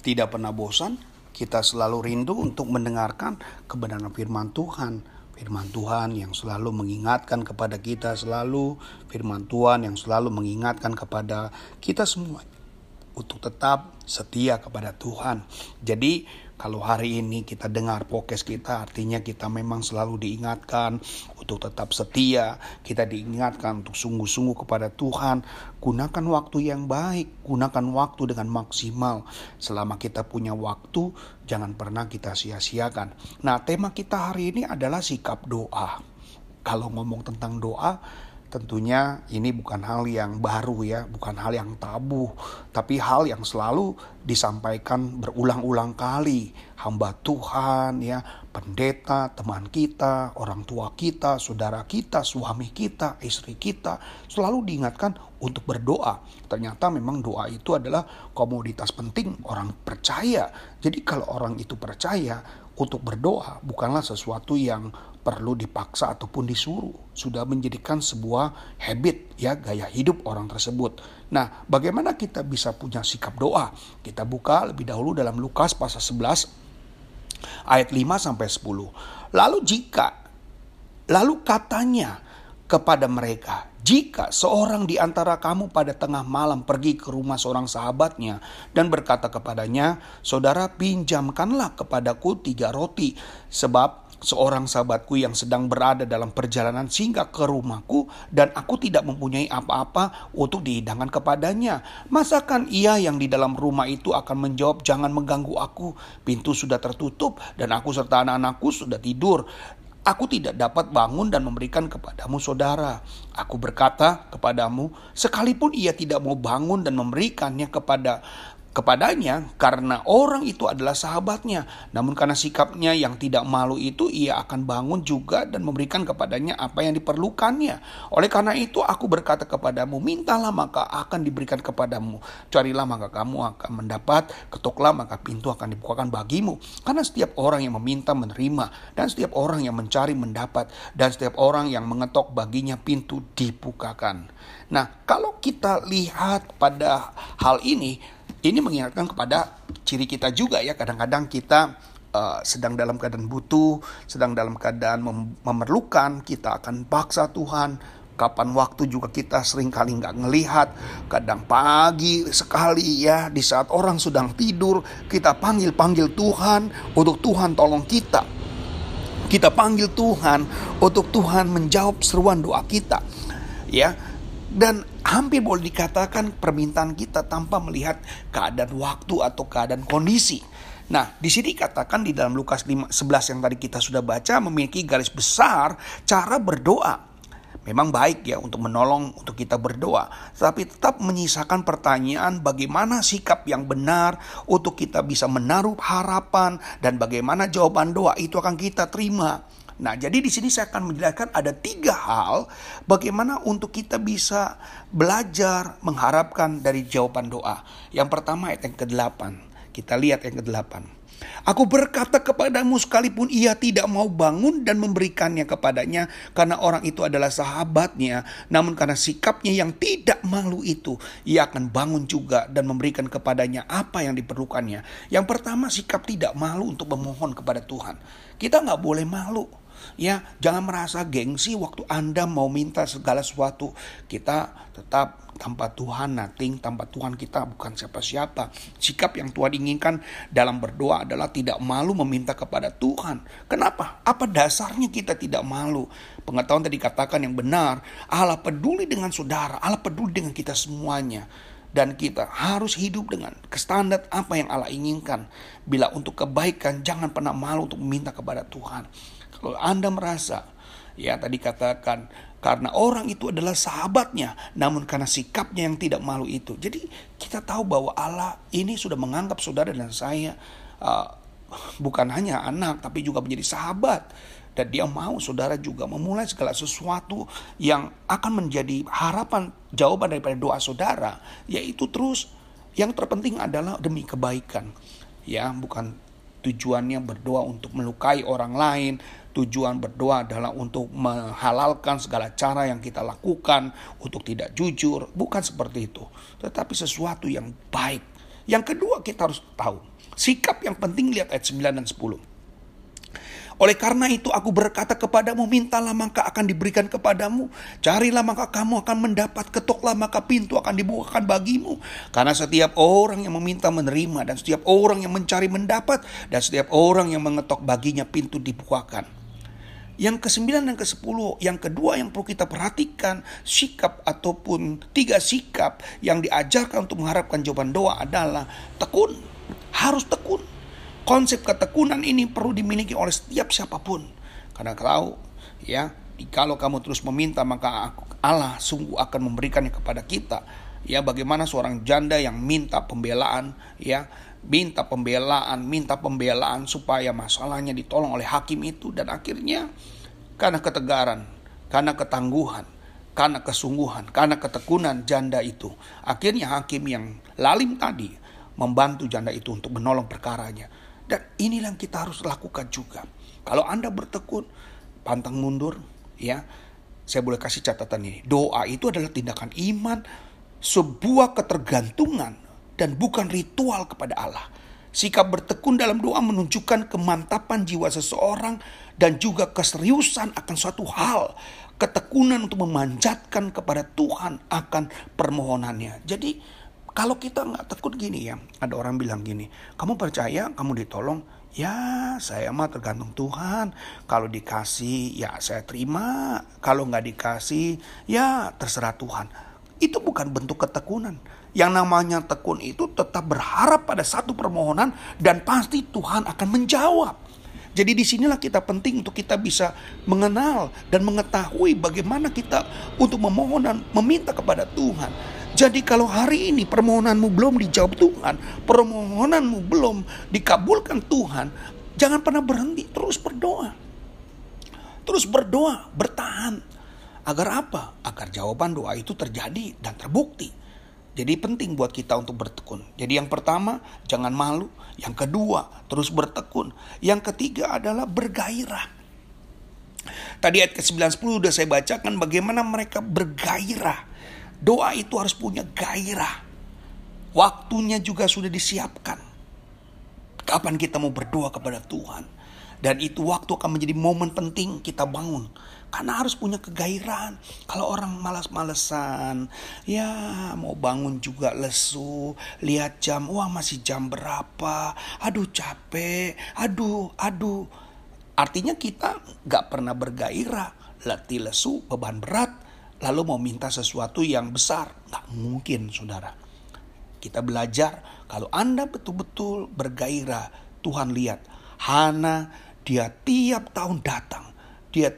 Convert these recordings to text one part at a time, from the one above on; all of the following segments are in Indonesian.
Tidak pernah bosan, kita selalu rindu untuk mendengarkan kebenaran firman Tuhan. Firman Tuhan yang selalu mengingatkan kepada kita selalu. Firman Tuhan yang selalu mengingatkan kepada kita semua untuk tetap setia kepada Tuhan. Jadi kalau hari ini kita dengar podcast kita, artinya kita memang selalu diingatkan untuk tetap setia. Kita diingatkan untuk sungguh-sungguh kepada Tuhan. Gunakan waktu yang baik, gunakan waktu dengan maksimal. Selama kita punya waktu, jangan pernah kita sia-siakan. Nah, tema kita hari ini adalah sikap doa. Kalau ngomong tentang doa, tentunya ini bukan hal yang baru ya, bukan hal yang tabu, tapi hal yang selalu disampaikan berulang-ulang kali. Hamba Tuhan ya, pendeta, teman kita, orang tua kita, saudara kita, suami kita, istri kita, selalu diingatkan untuk berdoa. Ternyata memang doa itu adalah komoditas penting orang percaya. Jadi kalau orang itu percaya, untuk berdoa bukanlah sesuatu yang perlu dipaksa ataupun disuruh. Sudah menjadikan sebuah habit ya, gaya hidup orang tersebut. Nah, bagaimana kita bisa punya sikap doa? Kita buka lebih dahulu dalam Lukas pasal 11 ayat 5-10. Lalu katanya kepada mereka, jika seorang di antara kamu pada tengah malam pergi ke rumah seorang sahabatnya dan berkata kepadanya, saudara, pinjamkanlah kepadaku 3 roti, sebab seorang sahabatku yang sedang berada dalam perjalanan singgah ke rumahku dan aku tidak mempunyai apa-apa untuk dihidangkan kepadanya. Masakan ia yang di dalam rumah itu akan menjawab, jangan mengganggu aku, pintu sudah tertutup dan aku serta anak-anakku sudah tidur. Aku tidak dapat bangun dan memberikan kepadamu, saudara. Aku berkata kepadamu, sekalipun ia tidak mau bangun dan memberikannya kepadanya, karena orang itu adalah sahabatnya. Namun karena sikapnya yang tidak malu itu, ia akan bangun juga dan memberikan kepadanya apa yang diperlukannya. Oleh karena itu aku berkata kepadamu, mintalah maka akan diberikan kepadamu, carilah maka kamu akan mendapat, ketoklah maka pintu akan dibukakan bagimu. Karena setiap orang yang meminta menerima, dan setiap orang yang mencari mendapat, dan setiap orang yang mengetok baginya pintu dibukakan. Nah, kalau kita lihat pada hal ini mengingatkan kepada ciri kita juga ya. Kadang-kadang kita sedang dalam keadaan butuh, sedang dalam keadaan memerlukan, kita akan paksa Tuhan. Kapan waktu juga kita seringkali gak ngelihat. Kadang pagi sekali ya, di saat orang sedang tidur, kita panggil Tuhan untuk Tuhan tolong kita. Kita panggil Tuhan untuk Tuhan menjawab seruan doa kita ya. Dan hampir boleh dikatakan permintaan kita tanpa melihat keadaan waktu atau keadaan kondisi. Nah, di sini dikatakan di dalam Lukas 11 yang tadi kita sudah baca, memiliki garis besar cara berdoa. Memang baik ya untuk menolong untuk kita berdoa, tapi tetap menyisakan pertanyaan bagaimana sikap yang benar untuk kita bisa menaruh harapan dan bagaimana jawaban doa itu akan kita terima. Nah, jadi di sini saya akan menjelaskan ada 3 hal bagaimana untuk kita bisa belajar mengharapkan dari jawaban doa. Yang pertama ayat yang ke-8. Kita lihat yang ke-8. Aku berkata kepadamu, sekalipun ia tidak mau bangun dan memberikannya kepadanya, karena orang itu adalah sahabatnya, namun karena sikapnya yang tidak malu itu, ia akan bangun juga dan memberikan kepadanya apa yang diperlukannya. Yang pertama, sikap tidak malu untuk memohon kepada Tuhan. Kita gak boleh malu. Ya, jangan merasa gengsi waktu Anda mau minta segala sesuatu. Kita tetap tanpa Tuhan nothing, tanpa Tuhan kita bukan siapa-siapa. Sikap yang Tuhan inginkan dalam berdoa adalah tidak malu meminta kepada Tuhan. Kenapa? Apa dasarnya kita tidak malu? Pengetahuan tadi katakan yang benar, Allah peduli dengan saudara, Allah peduli dengan kita semuanya. Dan kita harus hidup dengan standar apa yang Allah inginkan. Bila untuk kebaikan, jangan pernah malu untuk meminta kepada Tuhan. Kalau Anda merasa, ya tadi katakan, karena orang itu adalah sahabatnya, namun karena sikapnya yang tidak malu itu. Jadi kita tahu bahwa Allah ini sudah menganggap saudara dan saya bukan hanya anak, tapi juga menjadi sahabat. Dan dia mau saudara juga memulai segala sesuatu yang akan menjadi harapan jawaban daripada doa saudara. Yaitu terus yang terpenting adalah demi kebaikan. Ya, bukan tujuannya berdoa untuk melukai orang lain. Tujuan berdoa adalah untuk menghalalkan segala cara yang kita lakukan untuk tidak jujur. Bukan seperti itu. Tetapi sesuatu yang baik. Yang kedua, kita harus tahu sikap yang penting. Lihat ayat 9 dan 10. Oleh karena itu aku berkata kepadamu, mintalah maka akan diberikan kepadamu, carilah maka kamu akan mendapat, ketoklah maka pintu akan dibukakan bagimu. Karena setiap orang yang meminta menerima, dan setiap orang yang mencari mendapat, dan setiap orang yang mengetok baginya pintu dibukakan. Yang ke-9 dan ke-10, yang kedua yang perlu kita perhatikan, sikap ataupun 3 sikap yang diajarkan untuk mengharapkan jawaban doa adalah tekun. Harus tekun. Konsep ketekunan ini perlu dimiliki oleh setiap siapapun. Karena tahu ya, kalau kamu terus meminta maka Allah sungguh akan memberikannya kepada kita. Ya, bagaimana seorang janda yang minta pembelaan, ya, minta pembelaan supaya masalahnya ditolong oleh hakim itu, dan akhirnya karena ketegaran, karena ketangguhan, karena kesungguhan, karena ketekunan janda itu, akhirnya hakim yang lalim tadi membantu janda itu untuk menolong perkaranya. Dan inilah yang kita harus lakukan juga. Kalau Anda bertekun, pantang mundur, ya. Saya boleh kasih catatan ini. Doa itu adalah tindakan iman, sebuah ketergantungan dan bukan ritual kepada Allah. Sikap bertekun dalam doa menunjukkan kemantapan jiwa seseorang dan juga keseriusan akan suatu hal. Ketekunan untuk memanjatkan kepada Tuhan akan permohonannya. Jadi kalau kita nggak tekun gini ya, ada orang bilang gini, kamu percaya kamu ditolong? Ya, saya mah tergantung Tuhan. Kalau dikasih, ya saya terima. Kalau nggak dikasih, ya terserah Tuhan. Itu bukan bentuk ketekunan. Yang namanya tekun itu tetap berharap pada satu permohonan dan pasti Tuhan akan menjawab. Jadi disinilah kita penting untuk kita bisa mengenal dan mengetahui bagaimana kita untuk memohon dan meminta kepada Tuhan. Jadi kalau hari ini permohonanmu belum dijawab Tuhan, permohonanmu belum dikabulkan Tuhan, jangan pernah berhenti, terus berdoa. Terus berdoa, bertahan. Agar apa? Agar jawaban doa itu terjadi dan terbukti. Jadi penting buat kita untuk bertekun. Jadi yang pertama, jangan malu. Yang kedua, terus bertekun. Yang ketiga adalah bergairah. Tadi ayat ke-9-10 sudah saya bacakan bagaimana mereka bergairah. Doa itu harus punya gairah. Waktunya juga sudah disiapkan. Kapan kita mau berdoa kepada Tuhan. Dan itu waktu akan menjadi momen penting kita bangun. Karena harus punya kegairahan. Kalau orang malas-malesan, ya mau bangun juga lesu. Lihat jam, wah masih jam berapa. Aduh capek, aduh. Artinya kita gak pernah bergairah. Letih lesu, beban berat. Lalu mau minta sesuatu yang besar. Gak mungkin saudara. Kita belajar kalau Anda betul-betul bergairah. Tuhan lihat Hana, dia tiap tahun datang. Dia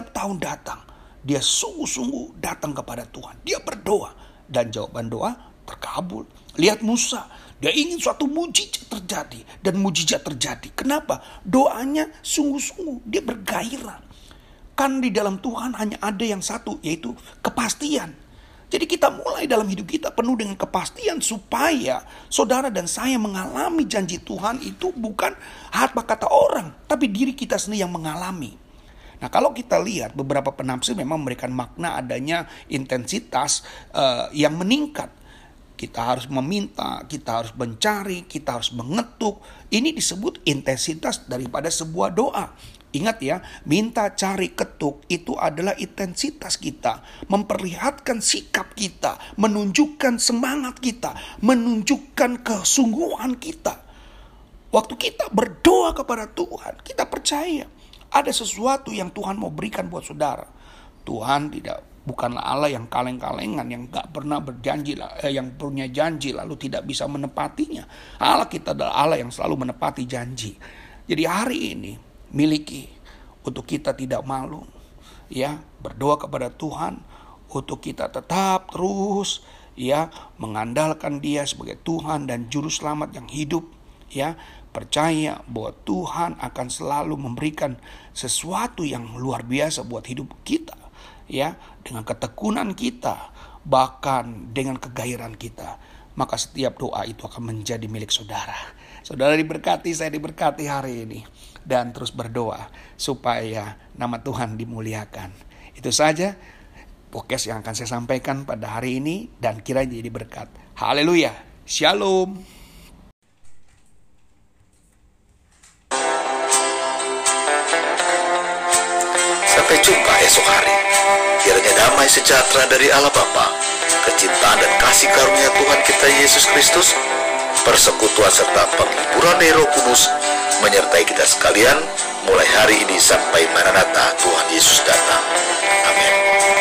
sungguh-sungguh datang kepada Tuhan. Dia berdoa dan jawaban doa terkabul. Lihat Musa, dia ingin suatu mujizat terjadi dan mujizat terjadi. Kenapa? Doanya sungguh-sungguh, dia bergairah. Kan di dalam Tuhan hanya ada yang satu, yaitu kepastian. Jadi kita mulai dalam hidup kita penuh dengan kepastian supaya saudara dan saya mengalami janji Tuhan itu bukan apa kata orang, tapi diri kita sendiri yang mengalami. Nah kalau kita lihat beberapa penafsir memang memberikan makna adanya intensitas yang meningkat. Kita harus meminta, kita harus mencari, kita harus mengetuk. Ini disebut intensitas daripada sebuah doa. Ingat ya, minta, cari, ketuk itu adalah intensitas kita. Memperlihatkan sikap kita, menunjukkan semangat kita, menunjukkan kesungguhan kita. Waktu kita berdoa kepada Tuhan, kita percaya ada sesuatu yang Tuhan mau berikan buat saudara. Tuhan bukanlah Allah yang kaleng-kalengan, yang gak pernah berjanji, yang punya janji lalu tidak bisa menepatinya. Allah kita adalah Allah yang selalu menepati janji. Jadi hari ini miliki untuk kita tidak malu, ya, berdoa kepada Tuhan untuk kita tetap terus ya mengandalkan Dia sebagai Tuhan dan juru selamat yang hidup, ya. Percaya bahwa Tuhan akan selalu memberikan sesuatu yang luar biasa buat hidup kita, ya, dengan ketekunan kita, bahkan dengan kegairahan kita. Maka setiap doa itu akan menjadi milik saudara. Saudara diberkati, saya diberkati hari ini. Dan terus berdoa supaya nama Tuhan dimuliakan. Itu saja podcast yang akan saya sampaikan pada hari ini. Dan kiranya jadi berkat. Haleluya. Shalom. damai sejahtera dari Allah Bapa, kecintaan dan kasih karunia Tuhan kita Yesus Kristus, persekutuan serta penghiburan dari Roh Kudus menyertai kita sekalian mulai hari ini sampai Maranatha Tuhan Yesus datang. Amin.